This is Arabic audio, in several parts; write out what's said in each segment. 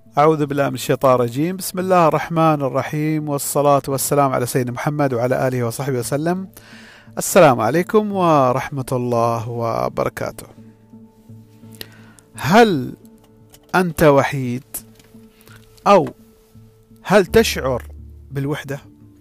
أعوذ بالله من الشيطان الرجيم. بسم الله الرحمن الرحيم، والصلاة والسلام على سيدنا محمد وعلى آله وصحبه وسلم. السلام عليكم ورحمة الله وبركاته. هل أنت وحيد؟ أو هل تشعر بالوحدة؟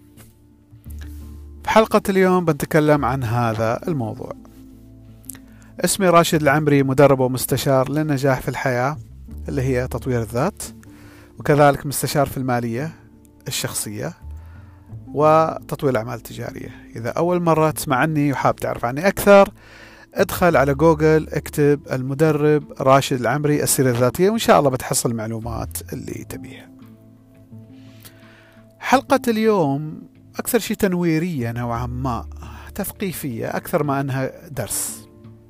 في حلقة اليوم بنتكلم عن هذا الموضوع. اسمي راشد العمري، مدرب ومستشار للنجاح في الحياة اللي هي تطوير الذات، وكذلك مستشار في المالية الشخصية وتطوير الأعمال التجارية. إذا أول مرة تسمع عني وحاب تعرف عني أكثر، ادخل على جوجل، اكتب المدرب راشد العمري السيرة الذاتية، وإن شاء الله بتحصل المعلومات اللي تبيها. حلقة اليوم أكثر شيء تنويرية نوعا ما، تثقيفية أكثر ما أنها درس،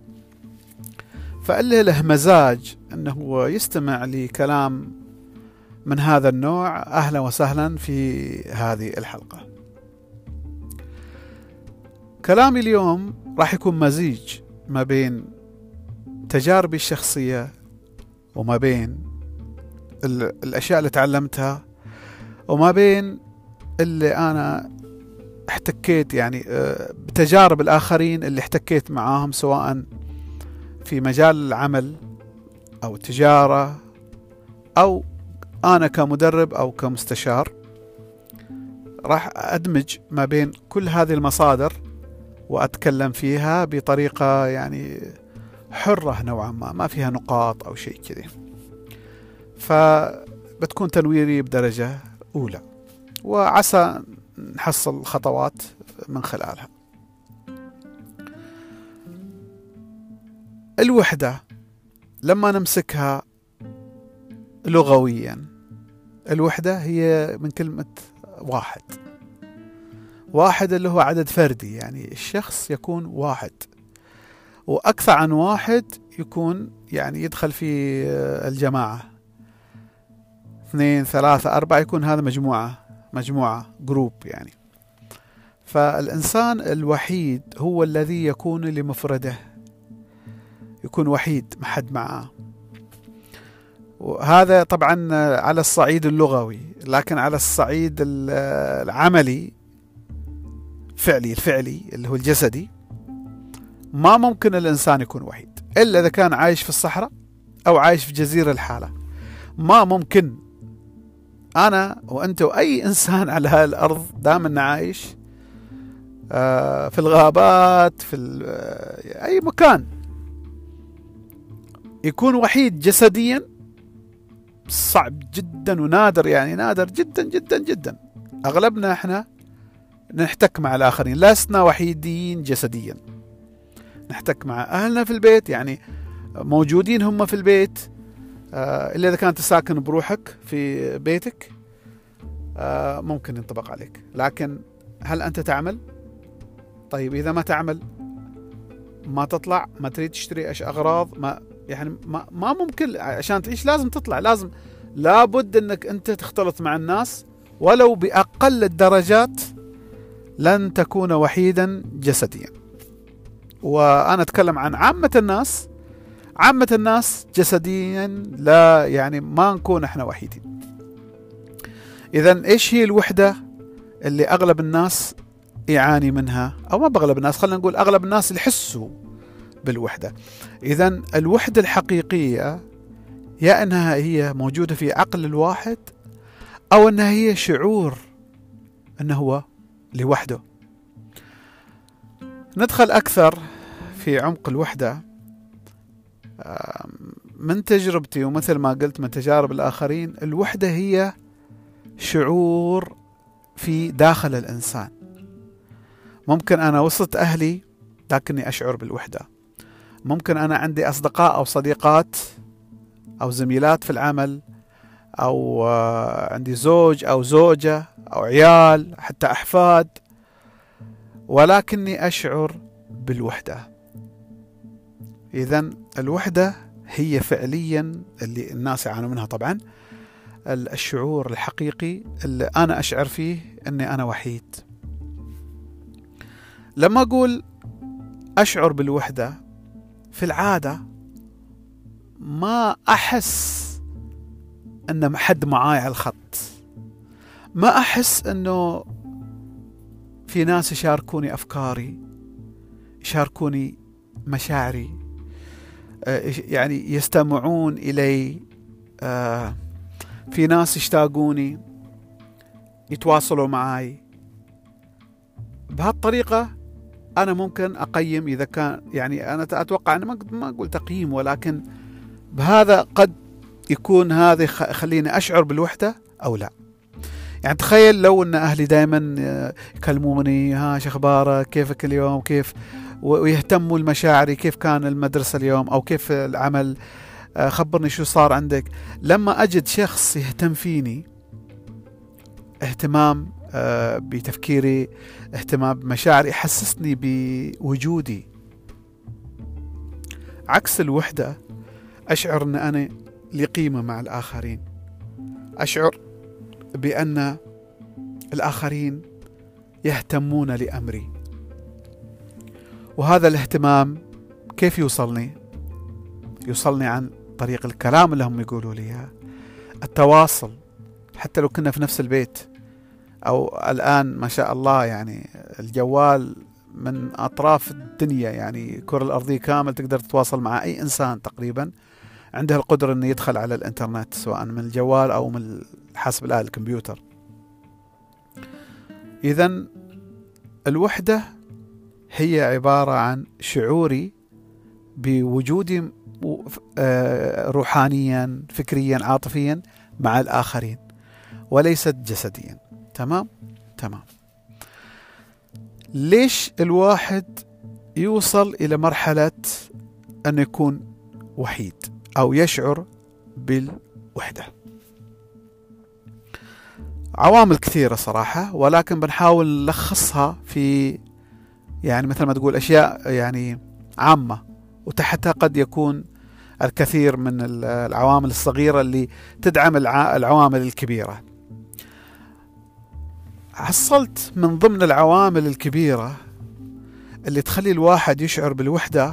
فاللي له مزاج أنه يستمع لكلام من هذا النوع أهلا وسهلا في هذه الحلقة. كلامي اليوم راح يكون مزيج ما بين تجاربي الشخصية وما بين الأشياء اللي تعلمتها وما بين اللي أنا احتكيت بتجارب الآخرين اللي احتكيت معاهم، سواء في مجال العمل أو التجارة أو أنا كمدرب أو كمستشار. راح أدمج ما بين كل هذه المصادر وأتكلم فيها بطريقة حرة نوعا ما فيها نقاط أو شيء كذي، فبتكون تنويري بدرجة أولى، وعسى نحصل خطوات من خلالها. الوحدة لما نمسكها لغويا، الوحدة هي من كلمة واحد. واحد اللي هو عدد فردي، يعني الشخص يكون واحد، وأكثر عن واحد يكون يدخل في الجماعة، 2 3 4 يكون هذا مجموعة جروب فالإنسان الوحيد هو الذي يكون لمفرده، يكون وحيد ما حد معه. وهذا طبعا على الصعيد اللغوي، لكن على الصعيد العملي الفعلي اللي هو الجسدي، ما ممكن الإنسان يكون وحيد إلا إذا كان عايش في الصحراء أو عايش في جزيرة الحالة. ما ممكن أنا وأنت وأي إنسان على هذه الأرض دائما عايش في الغابات، في أي مكان، يكون وحيد جسديا صعب جدا ونادر، نادر جدا جدا جدا. أغلبنا احنا نحتك مع الآخرين، لسنا وحيدين جسديا، نحتك مع أهلنا في البيت، موجودين هم في البيت، إلا إذا كنت ساكن بروحك في بيتك ممكن ينطبق عليك. لكن هل أنت تعمل؟ طيب إذا ما تعمل، ما تطلع، ما تريد تشتري أغراض، ما ممكن. عشان تعيش لازم تطلع، لابد أنك أنت تختلط مع الناس ولو بأقل الدرجات. لن تكون وحيدا جسديا. وأنا أتكلم عن عامة الناس جسديا، لا ما نكون احنا وحيدين. إذن إيش هي الوحدة اللي أغلب الناس يعاني منها؟ أو ما بأغلب الناس، خلينا نقول أغلب الناس اللي يحسوا بالوحدة. إذن الوحدة الحقيقية يا أنها هي موجودة في عقل الواحد، أو أنها هي شعور أنه هو لوحده. ندخل أكثر في عمق الوحدة من تجربتي، ومثل ما قلت من تجارب الآخرين. الوحدة هي شعور في داخل الإنسان. ممكن أنا وسط أهلي لكني أشعر بالوحدة. ممكن أنا عندي أصدقاء أو صديقات أو زميلات في العمل، أو عندي زوج أو زوجة أو عيال، حتى أحفاد، ولكني أشعر بالوحدة. إذن الوحدة هي فعليا اللي الناس يعانوا منها طبعا، الشعور الحقيقي اللي أنا أشعر فيه أني أنا وحيد. لما أقول أشعر بالوحدة، في العادة ما أحس ان حد معاي على الخط، ما احس انه في ناس يشاركوني افكاري، يشاركوني مشاعري، يعني يستمعون الي، في ناس يشتاقوني، يتواصلوا معي. بهالطريقة أنا ممكن أقيم إذا كان، يعني أنا أتوقع أنا ما أقول تقييم، ولكن بهذا قد يكون هذا يخليني أشعر بالوحدة أو لا. يعني تخيل لو أن أهلي دائما يكلموني، ها شو أخبارك، كيفك اليوم، كيف، ويهتموا لمشاعري، كيف كان المدرسة اليوم أو كيف العمل، خبرني شو صار عندك. لما أجد شخص يهتم فيني اهتمام بتفكيري، اهتمام بمشاعري، يحسسني بوجودي. عكس الوحدة، أشعر أن أنا لي قيمة مع الآخرين، أشعر بأن الآخرين يهتمون لأمري. وهذا الاهتمام كيف يوصلني عن طريق الكلام اللي هم يقولوا لي، التواصل، حتى لو كنا في نفس البيت، أو الآن ما شاء الله يعني الجوال من أطراف الدنيا، يعني الكرة الأرضية كامل تقدر تتواصل مع أي إنسان تقريبا عنده القدرة أنه يدخل على الإنترنت، سواء من الجوال أو من الحاسب الآلي الكمبيوتر. إذن الوحدة هي عبارة عن شعوري بوجودي روحانيا، فكريا، عاطفيا مع الآخرين، وليست جسديا. تمام. ليش الواحد يوصل إلى مرحلة أن يكون وحيد أو يشعر بالوحدة؟ عوامل كثيرة صراحة، ولكن بنحاول نلخصها في، يعني مثل ما تقول، أشياء يعني عامة، وتحتها قد يكون الكثير من العوامل الصغيرة اللي تدعم العوامل الكبيرة. حصلت من ضمن العوامل الكبيرة اللي تخلي الواحد يشعر بالوحدة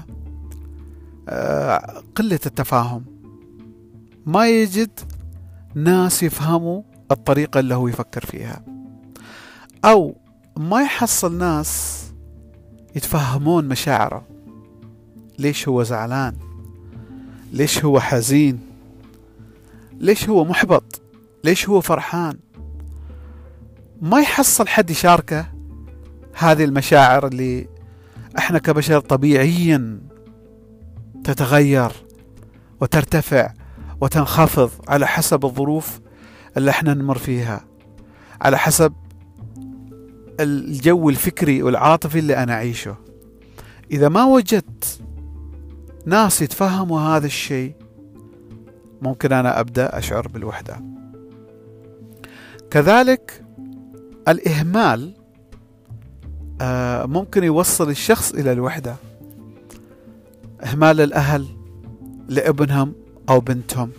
قلة التفاهم. ما يجد ناس يفهموا الطريقة اللي هو يفكر فيها، أو ما يحصل ناس يتفهمون مشاعره. ليش هو زعلان؟ ليش هو حزين؟ ليش هو محبط؟ ليش هو فرحان؟ ما يحصل حد يشاركه هذه المشاعر اللي احنا كبشر طبيعيا تتغير وترتفع وتنخفض على حسب الظروف اللي احنا نمر فيها، على حسب الجو الفكري والعاطفي اللي انا اعيشه. اذا ما وجدت ناس يتفهموا هذا الشيء، ممكن انا ابدأ اشعر بالوحدة. كذلك الإهمال ممكن يوصل الشخص إلى الوحدة. إهمال الأهل لابنهم أو بنتهم،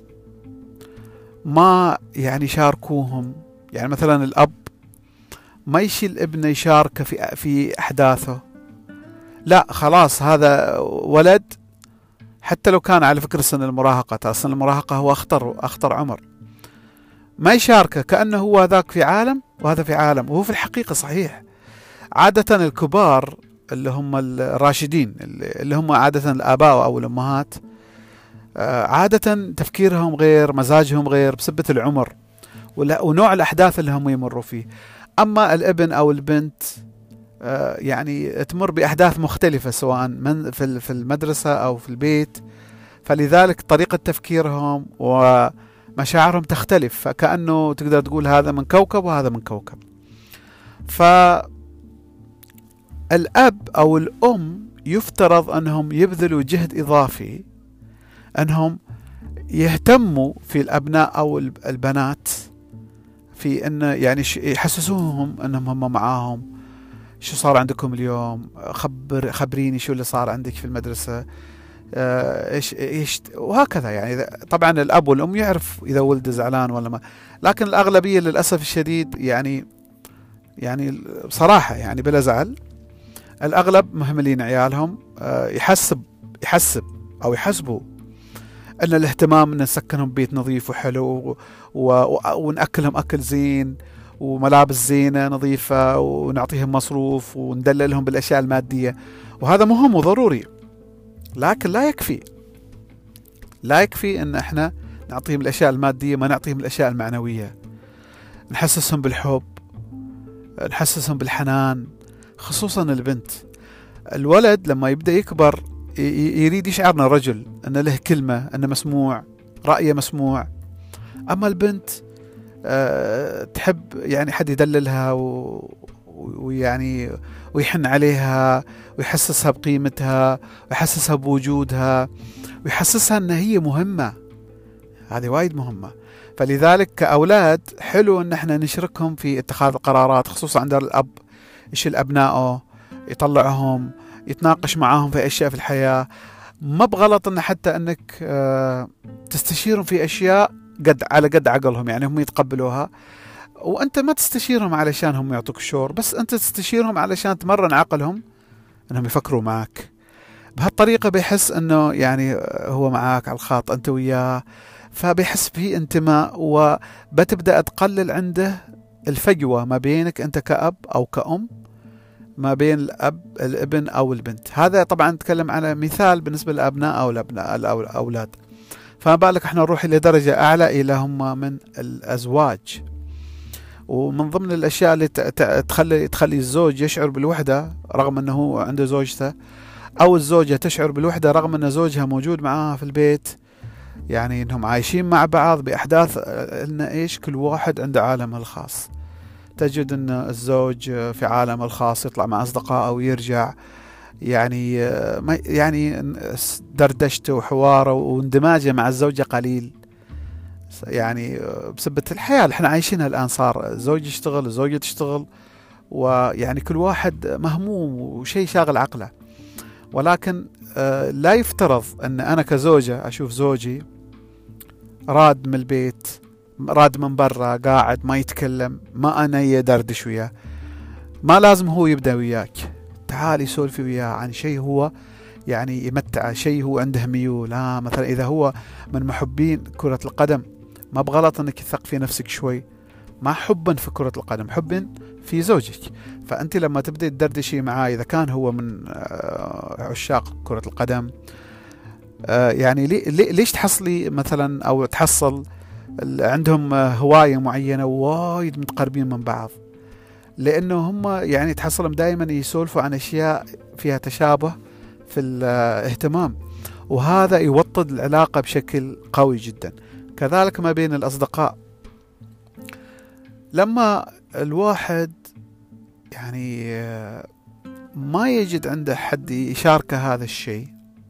ما يعني يشاركوهم. يعني مثلا الأب ما يشيل ابنه يشاركه في أحداثه، لا خلاص هذا ولد، حتى لو كان على فكرة سن المراهقة، سن المراهقة هو أخطر عمر، ما يشاركه، كأنه هو ذاك في عالم وهذا في عالم. وهو في الحقيقة صحيح. عادة الكبار اللي هم الراشدين، اللي هم عادة الآباء أو الأمهات، عادة تفكيرهم غير، مزاجهم غير، بسبة العمر ونوع الأحداث اللي هم يمروا فيه. أما الابن أو البنت يعني تمر بأحداث مختلفة، سواء في المدرسة أو في البيت، فلذلك طريقة تفكيرهم ومشاعرهم تختلف، فكأنه تقدر تقول هذا من كوكب وهذا من كوكب. فالأب أو الأم يفترض أنهم يبذلوا جهد إضافي، أنهم يهتموا في الأبناء أو البنات، في أن يعني يحسسوهم أنهم هم معاهم. شو صار عندكم اليوم؟ خبريني شو اللي صار عندك في المدرسة، إيش وهكذا. يعني طبعا الأب والأم يعرف إذا ولده زعلان ولا ما، لكن الأغلبية للأسف الشديد يعني بصراحة يعني بلا زعل، الأغلب مهملين عيالهم. يحسبوا ان الاهتمام ان نسكنهم بيت نظيف وحلو ونأكلهم اكل زين وملابس زينة نظيفة ونعطيهم مصروف وندللهم بالاشياء المادية، وهذا مهم وضروري، لكن لا يكفي ان احنا نعطيهم الاشياء المادية، ما نعطيهم الاشياء المعنوية، نحسسهم بالحب، نحسسهم بالحنان. خصوصا البنت، الولد لما يبدأ يكبر يريد يشعر انه رجل، ان له كلمة، انه مسموع، رأيه مسموع. اما البنت تحب يعني حد يدللها ويعني ويحن عليها ويحسسها بقيمتها ويحسسها بوجودها ويحسسها ان هي مهمة. هذه وايد مهمة. فلذلك كأولاد حلو ان احنا نشركهم في اتخاذ القرارات، خصوصا عند الاب يشيل ابنائه، يطلعهم، يتناقش معاهم في اشياء في الحياة. ما بغلط ان حتى انك تستشيرهم في اشياء على قد عقلهم، يعني هم يتقبلوها، وانت ما تستشيرهم علشان هم يعطوك الشور، بس انت تستشيرهم علشان تمرن عقلهم انهم يفكروا معك. بهالطريقة بيحس انه يعني هو معاك على الخط، انت وياه، فبيحس فيه انتماء، وبتبدأ تقلل عنده الفجوة ما بينك انت كأب او كأم، ما بين الابن او البنت. هذا طبعا نتكلم على مثال بالنسبة للابناء او الاولاد، فما بالك احنا نروح الى درجة اعلى الى هم من الازواج. ومن ضمن الاشياء اللي تخلي الزوج يشعر بالوحدة رغم انه هو عنده زوجته، او الزوجة تشعر بالوحدة رغم ان زوجها موجود معاها في البيت، يعني انهم عايشين مع بعض باحداث ان ايش، كل واحد عنده عالمه الخاص. تجد ان الزوج في عالمه الخاص يطلع مع اصدقائه ويرجع، يعني دردشته وحواره واندماجه مع الزوجه قليل، يعني بسبب الحياه اللي احنا عايشينها الان. صار الزوج يشتغل، الزوجه تشتغل، ويعني كل واحد مهموم وشيء شاغل عقله. ولكن لا يفترض ان انا كزوجة اشوف زوجي راد من البيت، راد من برا، قاعد ما يتكلم، ما انا يدردش وياه. ما لازم هو يبدأ وياك، تعالي سولفي وياه عن شيء هو يعني يمتع، شيء هو عنده ميول. مثلا اذا هو من محبين كرة القدم، ما بغلط انك تثق في نفسك شوي، ما حبا في كرة القدم، حبا في زوجك. فأنت لما تبدأ تدردشي معاه إذا كان هو من عشاق كرة القدم، يعني ليش تحصلي مثلا أو تحصل عندهم هواية معينة وايد متقربين من بعض، لأنه هم يعني تحصلهم دائما يسولفوا عن أشياء فيها تشابه في الاهتمام، وهذا يوطد العلاقة بشكل قوي جدا. كذلك ما بين الأصدقاء، لما الواحد يعني ما يجد عنده حد يشاركه هذا الشيء،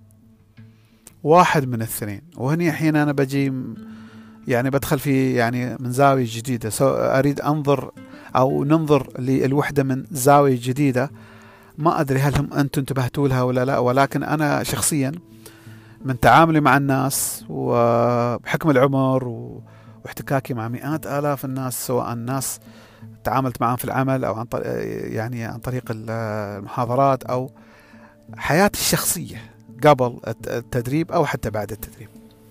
واحد من الاثنين. وهني حين أنا بجي يعني بدخل في يعني من زاوية جديدة، أريد أنظر أو ننظر للوحدة من زاوية جديدة. ما أدري هل هم أنتم انتبهتوا لها ولا لا، ولكن أنا شخصيا من تعاملي مع الناس وبحكم العمر واحتكاكي مع مئات آلاف الناس، سواء الناس تعاملت معهم في العمل أو عن طريق المحاضرات أو حياتي الشخصية قبل التدريب أو حتى بعد التدريب،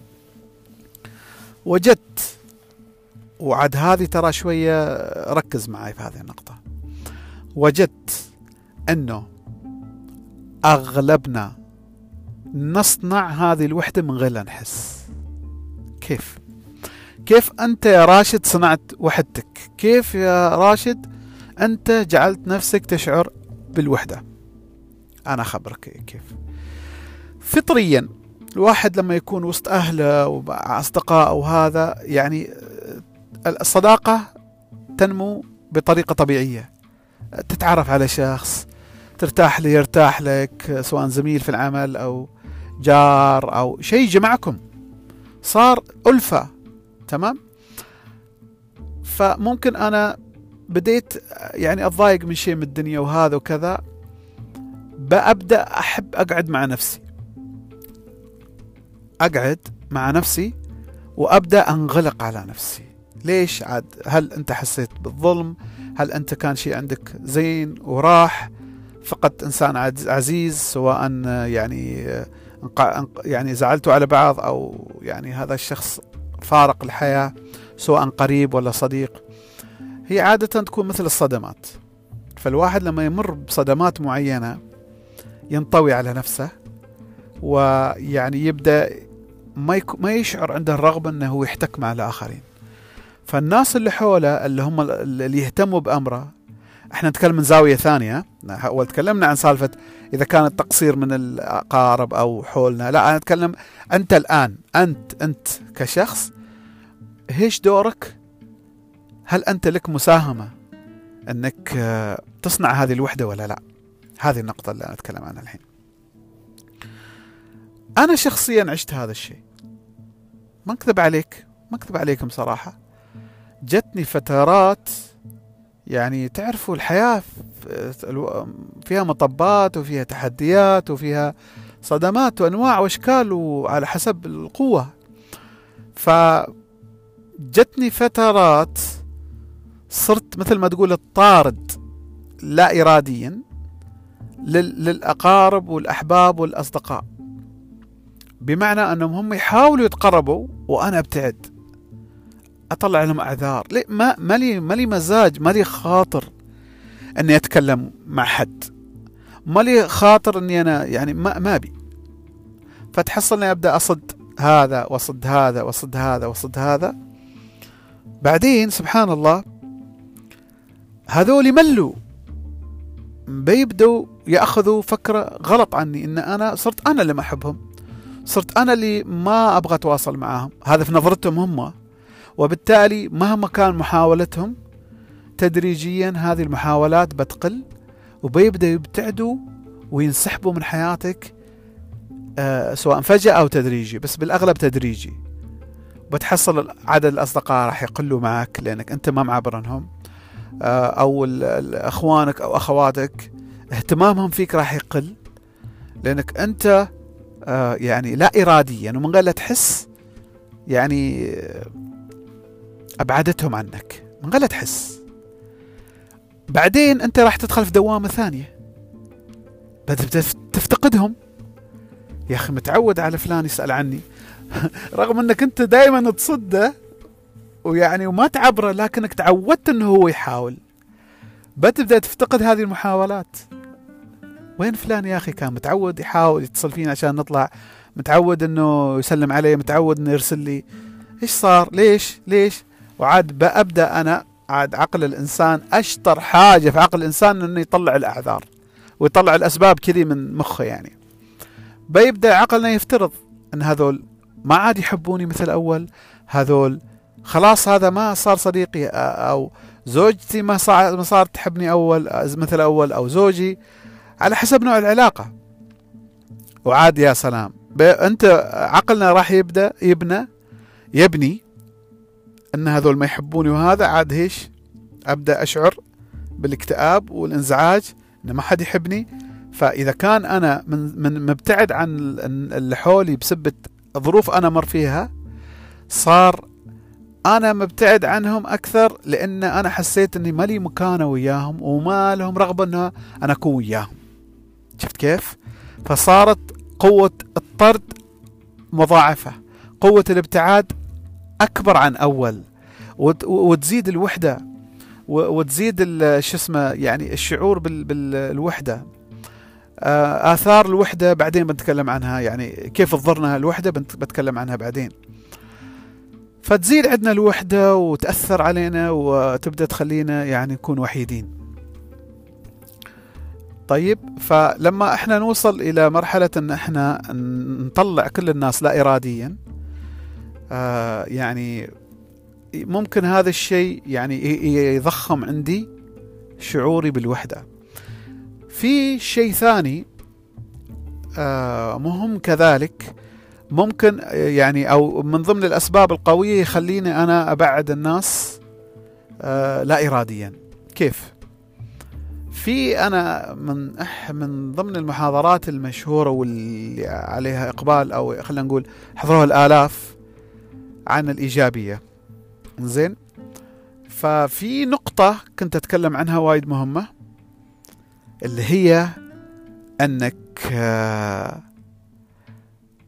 وجدت، وعد هذه ترى شوية ركز معي في هذه النقطة، وجدت أنه أغلبنا نصنع هذه الوحدة من غير لا نحس. كيف أنت يا راشد صنعت وحدتك؟ كيف يا راشد أنت جعلت نفسك تشعر بالوحدة؟ أنا أخبرك كيف. فطريا الواحد لما يكون وسط أهله وأصدقائه وهذا، يعني الصداقة تنمو بطريقة طبيعية، تتعرف على شخص ترتاح لي يرتاح لك، سواء زميل في العمل أو جار أو شيء جمعكم، صار ألفة، تمام. فممكن أنا بديت يعني أتضايق من شيء من الدنيا وهذا وكذا، بأبدأ أحب أقعد مع نفسي وأبدأ أنغلق على نفسي. ليش عاد؟ هل أنت حسيت بالظلم؟ هل أنت كان شيء عندك زين وراح؟ فقدت إنسان عزيز، سواء يعني يعني زعلتوا على بعض، أو يعني هذا الشخص فارق الحياة سواء قريب ولا صديق، هي عادة تكون مثل الصدمات. فالواحد لما يمر بصدمات معينة ينطوي على نفسه، ويعني يبدأ ما يشعر عنده الرغبة أنه يحتك مع الآخرين. فالناس اللي حوله اللي هم اللي يهتموا بأمره، احنا نتكلم من زاوية ثانية. أول تكلمنا عن سالفة إذا كان التقصير من الأقارب أو حولنا، لا، أنا أتكلم أنت الآن، أنت كشخص، إيش دورك؟ هل أنت لك مساهمة أنك تصنع هذه الوحدة ولا لا؟ هذه النقطة اللي أنا أتكلم عنها الحين. أنا شخصيا عشت هذا الشيء، ما أكذب عليك، ما أكذب عليكم صراحة. جتني فترات، يعني تعرفوا الحياة فيها مطبات وفيها تحديات وفيها صدمات وأنواع وأشكال وعلى حسب القوة. فجتني فترات صرت مثل ما تقول الطارد لا إراديا للأقارب والأحباب والأصدقاء، بمعنى أنهم هم يحاولوا يتقربوا وأنا أبتعد، أطلع لهم أعذار. ليه؟ ما لي مزاج، ما لي خاطر أني أتكلم مع حد، ما لي خاطر أني أنا يعني ما أبي. فتحصلني أبدأ أصد هذا وصد هذا وصد هذا وصد هذا. بعدين سبحان الله هذول ملوا، بيبدوا يأخذوا فكرة غلط عني، إن أنا صرت أنا اللي ما أحبهم، صرت أنا اللي ما أبغى أتواصل معهم. هذا في نظرتهم هم، وبالتالي مهما كان محاولتهم تدريجيا هذه المحاولات بتقل، وبيبدأ يبتعدوا وينسحبوا من حياتك، سواء فجأة أو تدريجي، بس بالأغلب تدريجي. بتحصل عدد الأصدقاء راح يقلوا معك لأنك أنت ما معبرنهم، أو أخوانك أو أخواتك اهتمامهم فيك راح يقل، لأنك أنت يعني لا إراديا ومن غير لا تحس يعني أبعدتهم عنك من غير لا تحس. بعدين أنت راح تدخل في دوامة ثانية، بدأت تفتقدهم. يا أخي متعود على فلان يسأل عني رغم أنك أنت دائما تصده ويعني وما تعبره، لكنك تعودت أنه هو يحاول. بتبدأ تفتقد هذه المحاولات. وين فلان يا أخي؟ كان متعود يحاول يتصل فينا عشان نطلع، متعود أنه يسلم علي، متعود أنه يرسل لي. إيش صار؟ ليش؟ وعاد أبدأ أنا، عاد عقل الإنسان أشطر حاجة في عقل الإنسان أنه يطلع الأعذار ويطلع الأسباب كذي من مخه. يعني بيبدأ عقلنا يفترض أن هذول ما عاد يحبوني مثل أول، هذول خلاص هذا ما صار صديقي، أو زوجتي ما صارت تحبني أول مثل أول، أو زوجي، على حسب نوع العلاقة. وعاد يا سلام، أنت عقلنا راح يبدأ يبني أن هذول ما يحبوني، وهذا عاد هيش أبدأ أشعر بالاكتئاب والانزعاج أن ما حد يحبني. فإذا كان أنا من مبتعد عن اللي حولي بسبب ظروف أنا مر فيها، صار أنا مبتعد عنهم أكثر، لأن أنا حسيت أني ما لي مكانة وياهم وما لهم رغبة أن أنا أكون وياهم. شفت كيف؟ فصارت قوة الطرد مضاعفة، قوة الابتعاد أكبر عن أول، وتزيد الوحدة، وتزيد شو اسمه يعني الشعور بالوحدة. آثار الوحدة بعدين بنتكلم عنها، يعني كيف تضرنا الوحدة بتكلم عنها بعدين. فتزيد عندنا الوحدة وتأثر علينا وتبدأ تخلينا يعني نكون وحيدين. طيب، فلما احنا نوصل إلى مرحلة أن احنا نطلع كل الناس لا إراديا، يعني ممكن هذا الشيء يعني يضخم عندي شعوري بالوحدة. في شيء ثاني مهم كذلك، ممكن يعني أو من ضمن الأسباب القوية يخليني أنا أبعد الناس لا إراديا. كيف؟ في أنا من ضمن المحاضرات المشهورة واللي عليها إقبال، أو خلينا نقول حضروها الآلاف، عن الإيجابية. زين، ففي نقطة كنت أتكلم عنها وايد مهمة، اللي هي أنك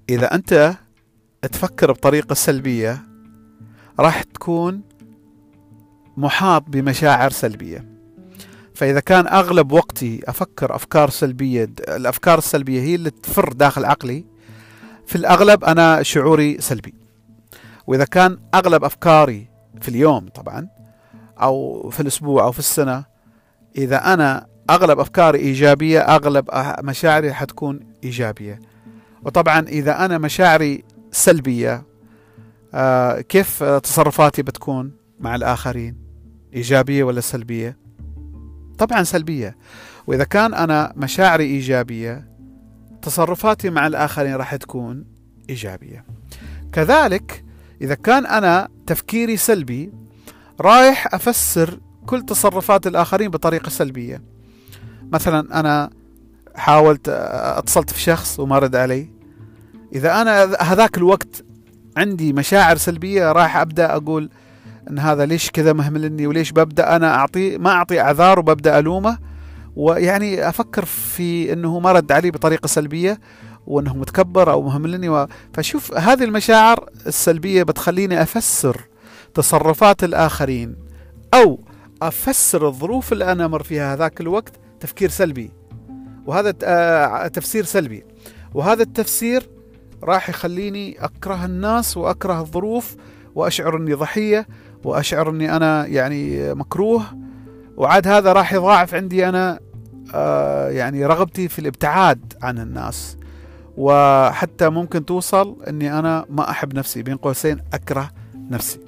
إذا أنت تفكر بطريقة سلبية راح تكون محاط بمشاعر سلبية. فإذا كان أغلب وقتي أفكر أفكار سلبية، الأفكار السلبية هي اللي تفر داخل عقلي، في الأغلب أنا شعوري سلبي. وإذا كان أغلب أفكاري في اليوم طبعا أو في الأسبوع أو في السنة، إذا أنا أغلب أفكاري إيجابية، أغلب مشاعري حتكون إيجابية. وطبعا إذا أنا مشاعري سلبية، كيف تصرفاتي بتكون مع الآخرين؟ إيجابية ولا سلبية؟ طبعا سلبية. وإذا كان أنا مشاعري إيجابية، تصرفاتي مع الآخرين راح تكون إيجابية. كذلك إذا كان أنا تفكيري سلبي، رايح أفسر كل تصرفات الآخرين بطريقة سلبية. مثلا أنا حاولت اتصلت في شخص وما رد علي، إذا أنا هذاك الوقت عندي مشاعر سلبية، راح أبدأ أقول إن هذا ليش كذا مهملني، وليش ببدأ أنا ما أعطي أعذار وببدأ ألومه، ويعني أفكر في أنه ما رد علي بطريقة سلبية وأنه متكبر أو مهملني فشوف هذه المشاعر السلبية بتخليني أفسر تصرفات الآخرين أو أفسر الظروف اللي أنا أمر فيها هذاك الوقت تفكير سلبي، وهذا تفسير سلبي. وهذا التفسير راح يخليني أكره الناس وأكره الظروف وأشعر أني ضحية وأشعر أني أنا يعني مكروه، وعاد هذا راح يضاعف عندي أنا يعني رغبتي في الابتعاد عن الناس، وحتى ممكن توصل أني أنا ما أحب نفسي، بين قوسين أكره نفسي.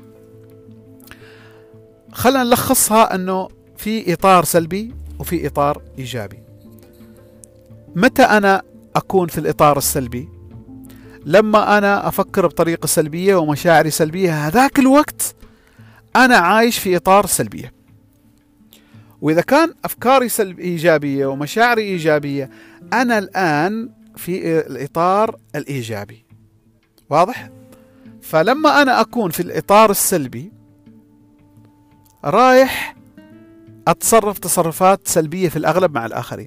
خلنا نلخصها أنه في إطار سلبي وفي إطار إيجابي. متى أنا أكون في الإطار السلبي؟ لما أنا أفكر بطريقة سلبية ومشاعري سلبية، هذاك الوقت أنا عايش في إطار سلبية. وإذا كان أفكاري إيجابية ومشاعري إيجابية، أنا الآن في الإطار الإيجابي. واضح؟ فلما أنا أكون في الإطار السلبي، رايح أتصرف تصرفات سلبية في الأغلب مع الآخرين،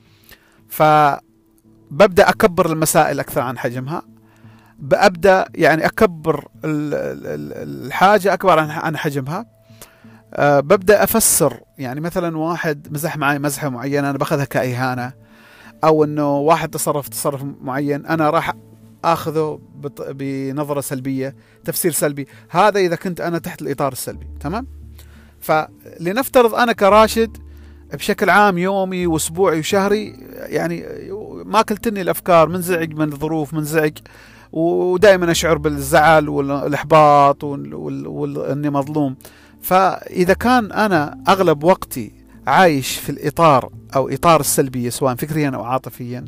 فببدأ أكبر المسائل أكثر عن حجمها، بأبدأ يعني أكبر الحاجة أكبر عن حجمها، ببدأ أفسر. يعني مثلا واحد مزح معي مزحة معينة، أنا بأخذها كإهانة، أو أنه واحد تصرف معين أنا راح أخذه بنظرة سلبية، تفسير سلبي. هذا إذا كنت أنا تحت الإطار السلبي. تمام؟ فلنفترض أنا كراشد بشكل عام يومي وأسبوعي وشهري يعني ما كلتني الأفكار، منزعج من الظروف، منزعج ودائما أشعر بالزعل والإحباط وأني مظلوم. فإذا كان أنا أغلب وقتي عايش في الإطار أو إطار السلبية سواء فكريا أو عاطفيا،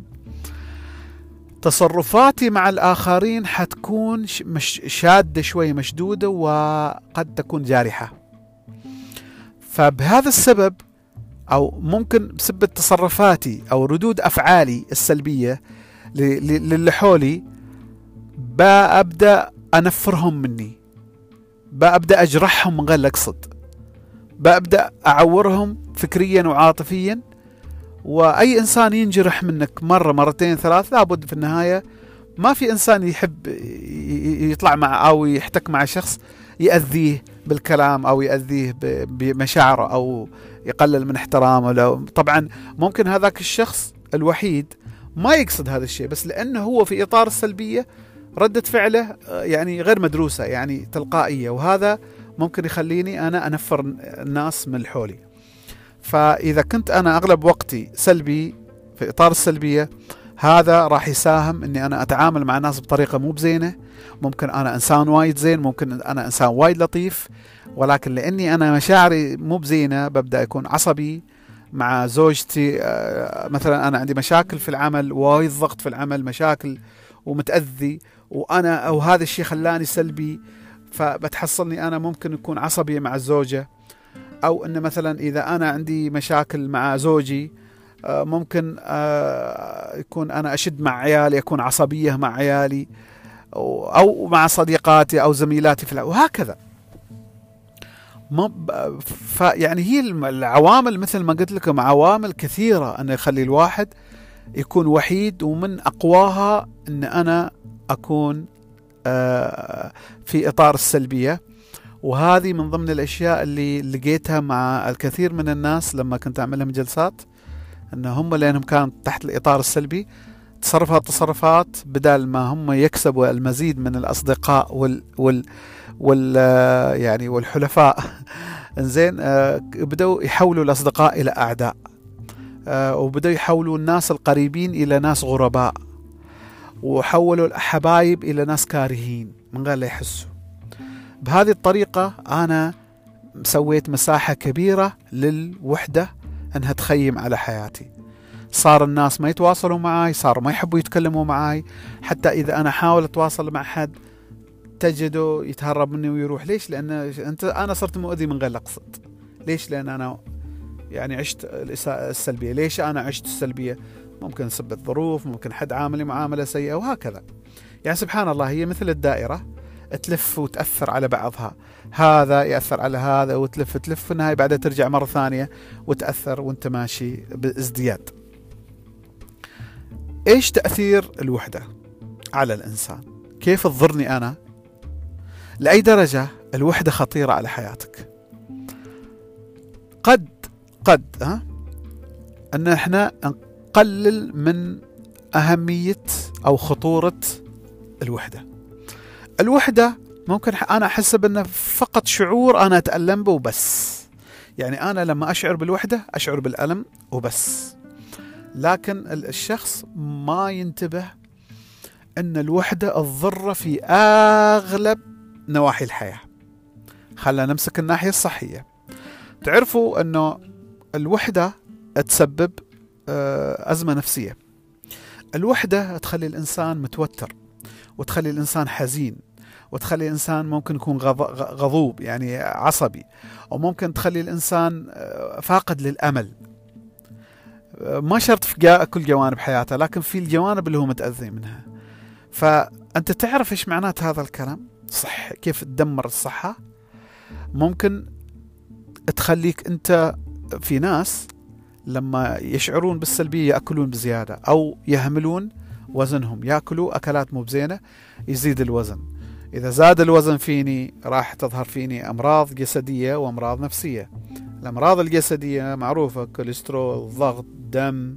تصرفاتي مع الآخرين حتكون شادة شوي، مشدودة، وقد تكون جارحة. فبهذا السبب أو ممكن بسبب تصرفاتي أو ردود أفعالي السلبية للي حولي، بأبدأ أنفرهم مني، بأبدأ أجرحهم من غير لا أقصد، بأبدأ أعورهم فكريا وعاطفيا. وأي إنسان ينجرح منك مرة مرتين ثلاث، لابد في النهاية ما في إنسان يحب يطلع مع أو يحتك مع شخص يأذيه بالكلام أو يأذيه بمشاعره أو يقلل من احترامه. طبعا ممكن هذاك الشخص الوحيد ما يقصد هذا الشيء، بس لأنه هو في إطار السلبية ردة فعله يعني غير مدروسة، يعني تلقائية، وهذا ممكن يخليني أنا أنفر الناس من حولي. فإذا كنت أنا أغلب وقتي سلبي في إطار السلبية، هذا راح يساهم أني أنا أتعامل مع الناس بطريقة مو بزينة. ممكن أنا إنسان وايد زين، ممكن أنا إنسان وايد لطيف، ولكن لأني أنا مشاعري مو بزينة ببدأ أكون عصبي مع زوجتي. مثلا أنا عندي مشاكل في العمل، وايد ضغط في العمل، مشاكل ومتأذي، أو هذا الشيء خلاني سلبي، فبتحصلني أنا ممكن يكون عصبي مع الزوجة. أو أن مثلا إذا أنا عندي مشاكل مع زوجي، ممكن يكون أنا أشد مع عيالي، أكون عصبية مع عيالي، أو مع صديقاتي أو زميلاتي في وهكذا. فيعني هي العوامل مثل ما قلت لكم عوامل كثيرة أن يخلي الواحد يكون وحيد، ومن أقواها أن أنا أكون في إطار السلبية. وهذه من ضمن الأشياء اللي لقيتها مع الكثير من الناس لما كنت أعمل لهم جلسات، أن هم لأنهم كانوا تحت الإطار السلبي تصرفات بدل ما هم يكسبوا المزيد من الأصدقاء وال يعني والحلفاء انزين، بدأوا يحولوا الأصدقاء إلى أعداء، وبدأوا يحولوا الناس القريبين إلى ناس غرباء، وحولوا الحبايب إلى ناس كارهين من غير لا يحسوا. بهذه الطريقة أنا سويت مساحة كبيرة للوحدة أنها تخيم على حياتي. صار الناس ما يتواصلوا معاي، صاروا ما يحبوا يتكلموا معاي، حتى إذا أنا حاول أتواصل مع حد تجده يتهرب مني ويروح. ليش؟ لأن أنا صرت مؤذي من غير أقصد. ليش؟ لأن أنا يعني عشت السلبية. ليش أنا عشت السلبية؟ ممكن نسبة ظروف، ممكن حد عاملي معاملة سيئة، وهكذا. يعني سبحان الله، هي مثل الدائرة تلف وتأثر على بعضها، هذا يأثر على هذا وتلف في النهاية بعدها ترجع مرة ثانية وتأثر وانت ماشي بازدياد. ايش تأثير الوحدة على الإنسان؟ كيف تضرني أنا؟ لأي درجة الوحدة خطيرة على حياتك؟ قد أن احنا نقلل من أهمية أو خطورة الوحدة ممكن أنا أحسب أنه فقط شعور أنا أتألم به وبس. يعني أنا لما أشعر بالوحدة أشعر بالألم وبس، لكن الشخص ما ينتبه أن الوحدة تضر في أغلب نواحي الحياة. خلنا نمسك الناحية الصحية. تعرفوا أنه الوحدة تسبب أزمة نفسية. الوحدة تخلي الإنسان متوتر، وتخلي الإنسان حزين، وتخلي الإنسان ممكن يكون غضوب يعني عصبي، وممكن تخلي الإنسان فاقد للأمل. ما شرط في كل جوانب حياته، لكن في الجوانب اللي هو متأذي منها. فأنت تعرف إيش معنات هذا الكلام؟ صح، كيف تدمر الصحة؟ ممكن تخليك أنت، في ناس لما يشعرون بالسلبية يأكلون بزيادة أو يهملون وزنهم، يأكلوا أكلات مو بزينة يزيد الوزن. إذا زاد الوزن فيني راح تظهر فيني أمراض جسدية وأمراض نفسية. الأمراض الجسدية معروفة: كوليسترول، ضغط دم،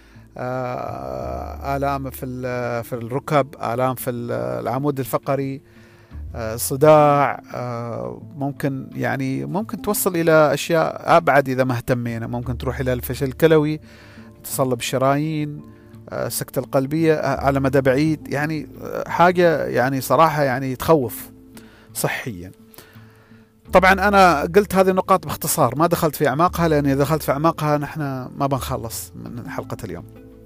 آلام في الركب، آلام في العمود الفقري، صداع، ممكن توصل إلى أشياء أبعد إذا ما اهتمينا. ممكن تروح إلى الفشل الكلوي، تصلب الشرايين، السكتة القلبية على مدى بعيد. يعني حاجة يعني صراحة يعني تخوف صحيا. طبعا أنا قلت هذه النقاط باختصار، ما دخلت في أعماقها، لأني إذا دخلت في أعماقها نحن ما بنخلص من حلقة اليوم.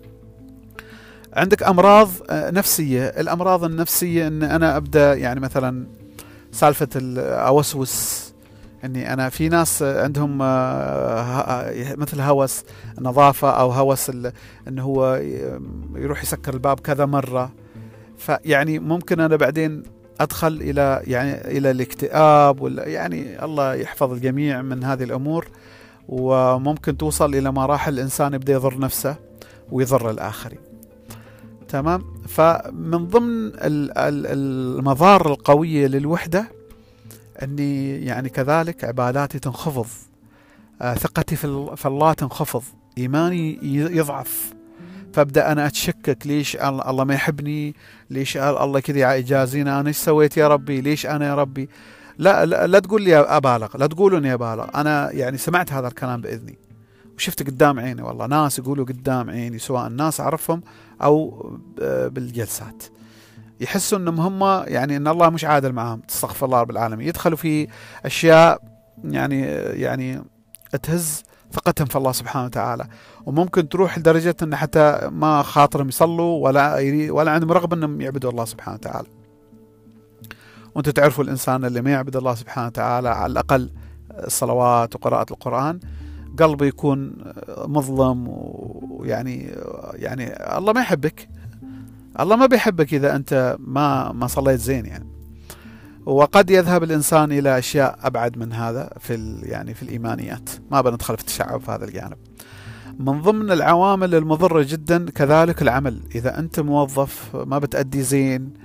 عندك أمراض نفسية. الأمراض النفسية أن أنا أبدأ يعني مثلا سالفة الأوسوس، أني أنا في ناس عندهم مثل هوس النظافة أو هوس أنه هو يروح يسكر الباب كذا مرة. فيعني ممكن أنا بعدين أدخل إلى الاكتئاب، يعني الله يحفظ الجميع من هذه الأمور. وممكن توصل إلى مراحل الإنسان يبدأ يضر نفسه ويضر الآخرين. تمام. فمن ضمن المضار القوية للوحدة أني يعني كذلك عباداتي تنخفض، ثقتي في الله تنخفض، إيماني يضعف. فابدأ أنا أتشكك: ليش الله ما يحبني؟ ليش الله كذا يجازينا؟ أنا إيش سويت يا ربي؟ ليش أنا يا ربي؟ لا تقول لي أبالغ، لا تقولون يا أبالغ. أنا يعني سمعت هذا الكلام بإذني وشفت قدام عيني، والله ناس يقولوا قدام عيني، سواء الناس أعرفهم أو بالجلسات، يحسوا أنهم هم يعني أن الله مش عادل معهم. استغفر الله رب العالمين. يدخلوا في أشياء يعني تهز ثقتهم في الله سبحانه وتعالى، وممكن تروح لدرجة أن حتى ما خاطرهم يصلوا ولا عندهم رغبة أنهم يعبدوا الله سبحانه وتعالى. وأنتم تعرفوا الإنسان اللي ما يعبد الله سبحانه وتعالى، على الأقل الصلوات وقراءة القرآن، قلبه يكون مظلم، ويعني الله ما يحبك. الله ما بيحبك إذا أنت ما صليت زين يعني. وقد يذهب الإنسان إلى أشياء أبعد من هذا في الإيمانيات. ما بندخل في التشعب في هذا الجانب. من ضمن العوامل المضرة جدا كذلك العمل. إذا أنت موظف ما بتأدي زين،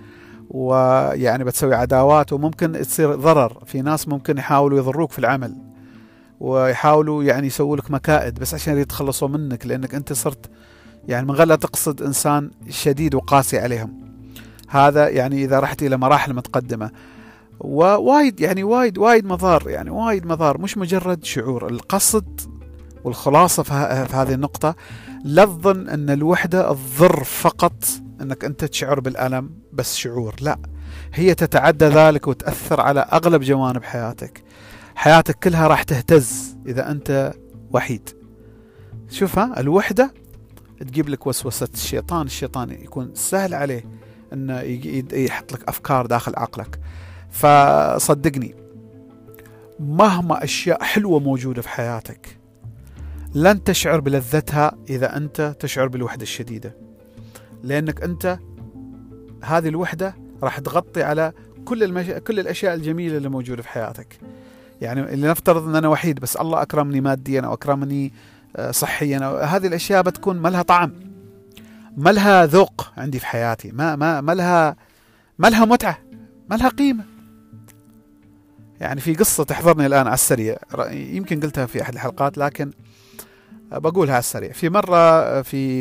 ويعني بتسوي عداوات، وممكن تصير ضرر. في ناس ممكن يحاولوا يضروك في العمل، ويحاولوا يعني يسووا لك مكائد بس عشان يتخلصوا منك، لأنك أنت صرت يعني من غير لا تقصد إنسان شديد وقاسي عليهم. هذا يعني إذا رحت إلى مراحل متقدمة. ووايد يعني وايد مضار، يعني وايد مضار، مش مجرد شعور. القصد والخلاصة في هذه النقطة، لا تظن أن الوحدة تضر فقط أنك أنت تشعر بالألم بس شعور، لا، هي تتعدى ذلك وتأثر على أغلب جوانب حياتك. حياتك كلها راح تهتز إذا أنت وحيد. شوفها الوحدة تجيب لك وسوسة الشيطان يكون سهل عليه أنه يحط لك أفكار داخل عقلك. فصدقني مهما أشياء حلوة موجودة في حياتك لن تشعر بلذتها إذا أنت تشعر بالوحدة الشديدة، لأنك أنت هذه الوحدة راح تغطي على كل الأشياء الجميلة اللي موجودة في حياتك. يعني اللي نفترض أن أنا وحيد بس الله أكرمني ماديا أو أكرمني صحيا، أو هذه الأشياء بتكون ما لها طعم، ما لها ذوق عندي في حياتي، ما لها متعة، ما لها قيمة. يعني في قصة تحضرني الآن على السريع، يمكن قلتها في أحد الحلقات لكن بقولها على السريع. في مرة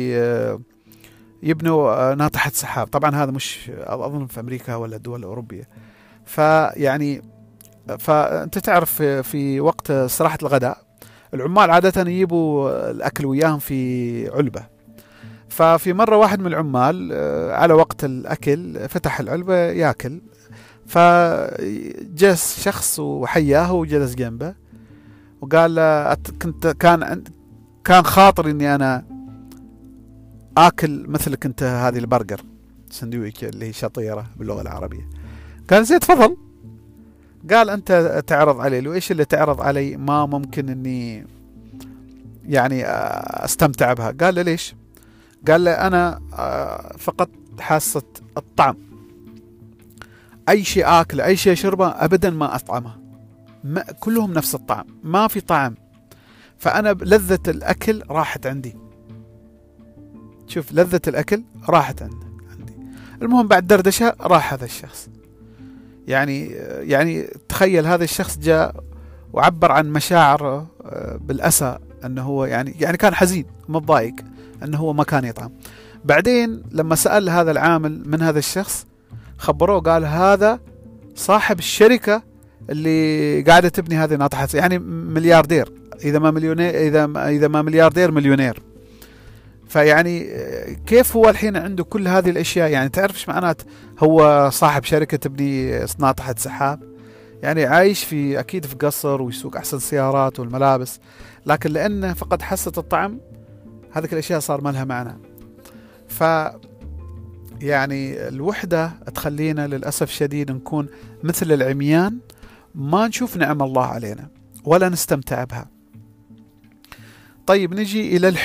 يبنوا ناطحة سحاب، طبعا هذا مش أظن في أمريكا ولا الدول الأوروبية. فأنت تعرف في وقت استراحة الغداء العمال عادة يجيبوا الأكل وياهم في علبة. ففي مرة واحد من العمال على وقت الأكل فتح العلبة يأكل، فجلس شخص وحياه وجلس جنبه وقال له كان خاطر اني انا اكل مثلك انت هذه البرجر سندويش اللي هي شطيرة باللغة العربية. قال زين تفضل. قال انت تعرض علي له ايش اللي تعرض علي ما ممكن اني يعني استمتع بها. قال له ليش؟ قال له انا فقط حاسة الطعم، اي شيء اكله اي شيء اشربه ابدا ما اطعمه، كلهم نفس الطعم، ما في طعم. فانا لذة الاكل راحت عندي. شوف لذة الاكل راحت عندي. المهم بعد دردشة راح هذا الشخص. يعني تخيل هذا الشخص جاء وعبر عن مشاعره بالأسى، أنه هو يعني كان حزين متضايق أنه هو ما كان يطعم. بعدين لما سأل هذا العامل من هذا الشخص خبروه، قال هذا صاحب الشركة اللي قاعدة تبني هذه الناطحة، يعني ملياردير، إذا ما مليونير، إذا ما ملياردير مليونير. فيعني كيف هو الحين عنده كل هذه الأشياء؟ يعني تعرف ايش معنات هو صاحب شركة تبني ناطحة سحاب؟ يعني عايش في أكيد في قصر ويسوق أحسن سيارات والملابس، لكن لأنه فقد حاسة الطعم هذه الأشياء صار ما لها معنى. ف يعني الوحدة تخلينا للأسف الشديد نكون مثل العميان، ما نشوف نعم الله علينا ولا نستمتع بها. طيب نجي إلى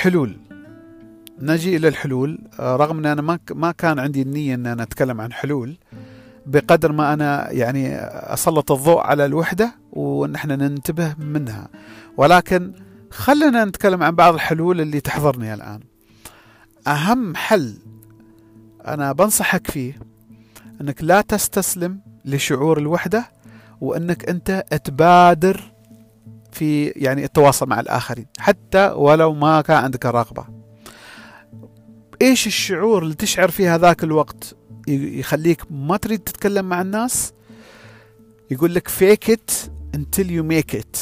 الحلول. رغم أن أنا ما كان عندي النية أن أنا أتكلم عن حلول بقدر ما أنا يعني أسلط الضوء على الوحدة ونحن ننتبه منها، ولكن خلنا نتكلم عن بعض الحلول اللي تحضرني الآن. أهم حل أنا بنصحك فيه أنك لا تستسلم لشعور الوحدة، وأنك أنت تبادر في يعني التواصل مع الآخرين حتى ولو ما كان عندك الرغبة. إيش الشعور اللي تشعر فيه هذاك الوقت يخليك ما تريد تتكلم مع الناس؟ يقول لك fake it until you make it.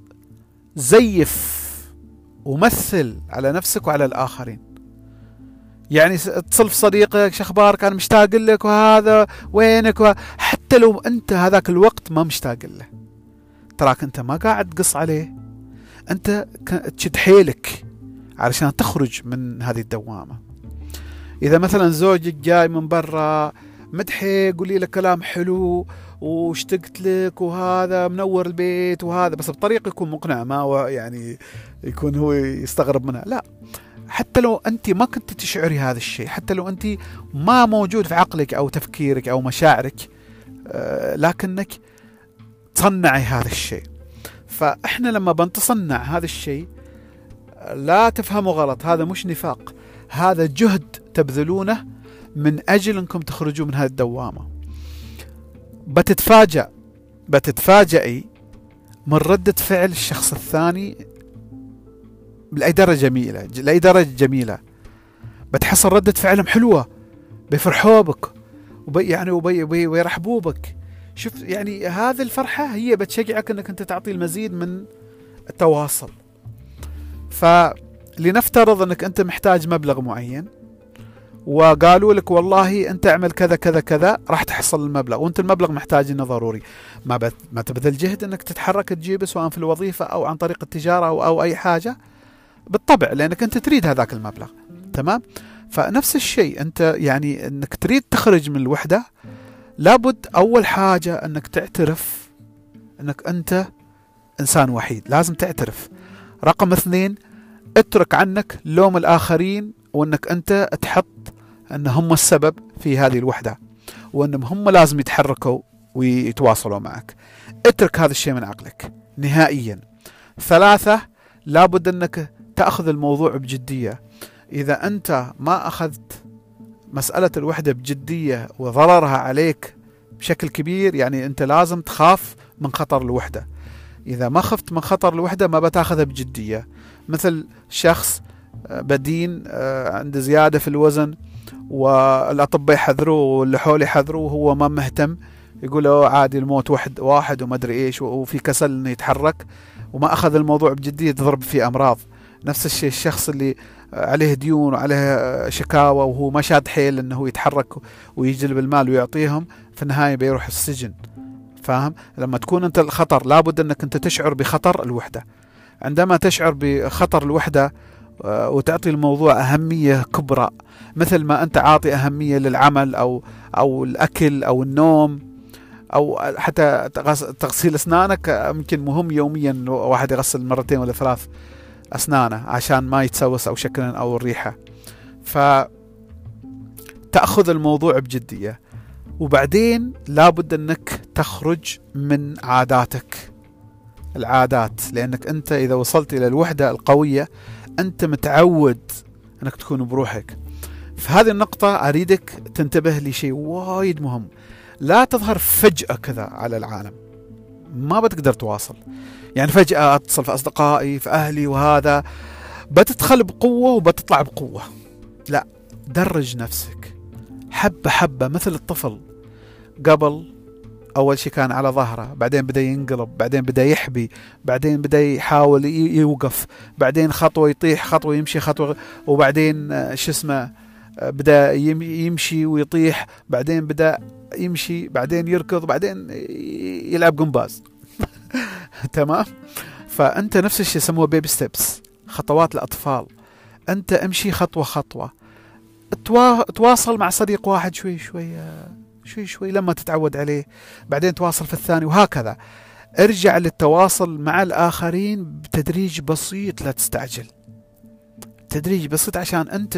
زيف ومثل على نفسك وعلى الآخرين. يعني اتصل في صديقك شخبارك أنا مشتاق لك وهذا وينك حتى لو أنت هذاك الوقت ما مشتاق له، تراك أنت ما قاعد تقص عليه، أنت تشد حيلك علشان تخرج من هذه الدوامة. إذا مثلا زوجك جاي من برا مدحي قولي له كلام حلو واشتقت لك وهذا منور البيت وهذا، بس بطريقة يكون مقنع، ما يعني يكون هو يستغرب منها. لا، حتى لو أنت ما كنت تشعري هذا الشيء، حتى لو أنت ما موجود في عقلك أو تفكيرك أو مشاعرك، لكنك تصنعي هذا الشيء. فإحنا لما بنتصنع هذا الشيء لا تفهموا غلط، هذا مش نفاق، هذا جهد تبذلونه من أجل أنكم تخرجوا من هذه الدوامة. بتتفاجئي من ردة فعل الشخص الثاني لأي درجة جميلة. بتحصل ردة فعلهم حلوة، بيفرحوا بك ويرحبوا بك. شوف يعني هذه الفرحة هي بتشجعك انك انت تعطي المزيد من التواصل. فلنفترض انك انت محتاج مبلغ معين، وقالوا لك والله انت اعمل كذا كذا كذا راح تحصل المبلغ، وانت المبلغ محتاج انه ضروري. ما تبذل جهد انك تتحرك تجيبه، سواء في الوظيفة او عن طريق التجارة او اي حاجة، بالطبع لانك انت تريد هذاك المبلغ. تمام. فنفس الشيء انت يعني انك تريد تخرج من الوحدة، لابد اول حاجة انك تعترف انك انت انسان وحيد، لازم تعترف. رقم 2، اترك عنك لوم الاخرين، وانك انت تحط ان هم السبب في هذه الوحدة، وانهم هم لازم يتحركوا ويتواصلوا معك. اترك هذا الشيء من عقلك نهائيا. 3، لابد انك تأخذ الموضوع بجدية. اذا انت ما اخذت مسألة الوحدة بجدية وضررها عليك بشكل كبير، يعني انت لازم تخاف من خطر الوحدة. اذا ما خفت من خطر الوحدة ما بتاخذها بجدية. مثل شخص بدين عنده زيادة في الوزن، والأطباء يحذروه واللي حوله يحذروه، وهو ما مهتم، يقول عادي الموت واحد وما أدري إيش، وفي كسل إنه يتحرك وما أخذ الموضوع بجدية، تضرب فيه أمراض. نفس الشيء الشخص اللي عليه ديون وعليه شكاوى وهو ما شاد حيل إنه يتحرك ويجلب المال ويعطيهم، في النهاية بيروح السجن. فاهم؟ لما تكون أنت الخطر، لابد أنك أنت تشعر بخطر الوحدة. عندما تشعر بخطر الوحدة وتعطي الموضوع أهمية كبرى، مثل ما أنت عاطي أهمية للعمل أو الأكل أو النوم، أو حتى تغسيل أسنانك، يمكن مهم يوميا واحد يغسل 2 ولا 3 أسنانه عشان ما يتسوس أو شكلا أو الريحة. فتأخذ الموضوع بجدية. وبعدين لابد أنك تخرج من العادات، لأنك أنت إذا وصلت إلى الوحدة القوية أنت متعود أنك تكون بروحك. في هذه النقطة أريدك تنتبه لشيء وايد مهم. لا تظهر فجأة كذا على العالم، ما بتقدر تواصل. يعني فجأة أتصل في أصدقائي في أهلي وهذا، بتدخل بقوة وبتطلع بقوة. لا، درج نفسك حبة حبة، مثل الطفل. قبل أول شيء كان على ظهره، بعدين بدأ ينقلب، بعدين بدأ يحبي، بعدين بدأ يحاول يوقف، بعدين خطوة يطيح، خطوة يمشي، خطوة، وبعدين بدأ يمشي ويطيح، بعدين بدأ يمشي، بعدين يركض، بعدين يلعب جمباز. تمام. فأنت نفس الشيء يسموه بيبي ستيبس، خطوات الأطفال. أنت امشي خطوة خطوة، تواصل مع صديق واحد شوي شوي لما تتعود عليه، بعدين تواصل في الثاني، وهكذا. ارجع للتواصل مع الآخرين بتدريج بسيط، لا تستعجل، تدريج بسيط عشان أنت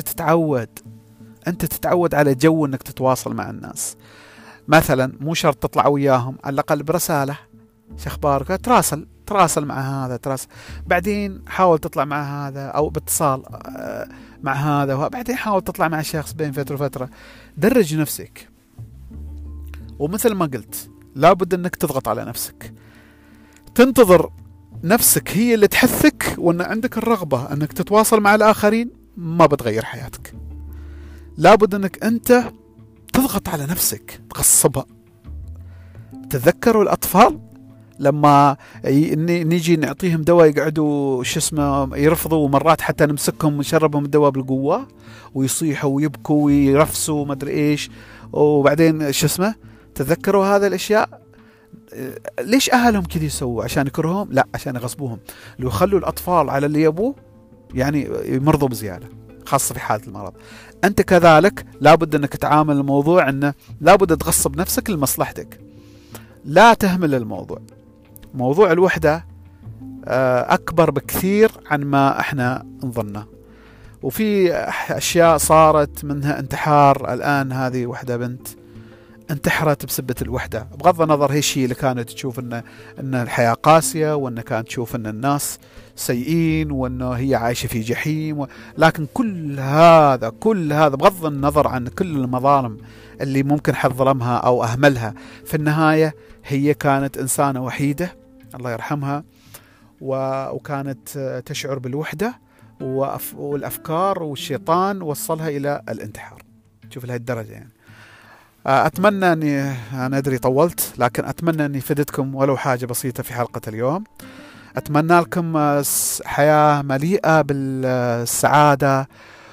تتعود على جو أنك تتواصل مع الناس. مثلا مو شرط تطلع وياهم، على الأقل برسالة شخبارك، تراسل مع هذا، بعدين حاول تطلع مع هذا، أو باتصال مع هذا، بعدين حاول تطلع مع شخص بين فترة وفترة. درج نفسك. ومثل ما قلت لابد أنك تضغط على نفسك، تنتظر نفسك هي اللي تحثك، وأن عندك الرغبة أنك تتواصل مع الآخرين، ما بتغير حياتك. لابد أنك أنت تضغط على نفسك، تغصبها. تذكروا الأطفال لما نيجي نعطيهم دواء يقعدوا يرفضوا، ومرات حتى نمسكهم ونشربهم الدواء بالقوة ويصيحوا ويبكوا ويرفسوا ما أدري إيش، وبعدين تذكروا هذه الأشياء. ليش أهلهم كذا يسووا؟ عشان يكرههم؟ لا، عشان يغصبوهم. لو يخلوا الأطفال على اللي يبوه يعني يمرضوا بزيادة، خاصة في حالة المرض. أنت كذلك لابد أنك تعامل الموضوع أنه لابد تغصب نفسك لمصلحتك، لا تهمل الموضوع. موضوع الوحدة أكبر بكثير عن ما احنا نظنه، وفي أشياء صارت منها انتحار الآن. هذه وحدة بنت انتحرت بسبة الوحدة. بغض النظر هي الشيء اللي كانت تشوف ان الحياة قاسية، وان كانت تشوف ان الناس سيئين، وانه هي عايشة في جحيم، لكن كل هذا بغض النظر عن كل المظالم اللي ممكن حد ظلمها او اهملها، في النهاية هي كانت انسانة وحيدة الله يرحمها، وكانت تشعر بالوحدة، والافكار والشيطان وصلها الى الانتحار. شوف لهي الدرجة يعني. أتمنى أني، أنا أدري طولت، لكن أتمنى أني فدتكم ولو حاجة بسيطة في حلقة اليوم. أتمنى لكم حياة مليئة بالسعادة،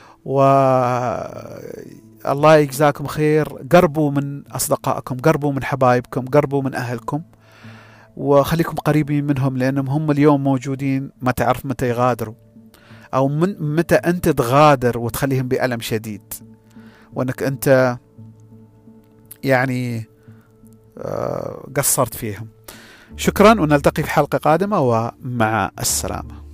والله يجزاكم خير. قربوا من أصدقائكم، قربوا من حبايبكم، قربوا من أهلكم، وخليكم قريبين منهم، لأنهم هم اليوم موجودين، ما تعرف متى يغادروا، أو متى أنت تغادر وتخليهم بألم شديد، وأنك أنت يعني قصرت فيهم. شكرا، ونلتقي في حلقة قادمة، ومع السلامة.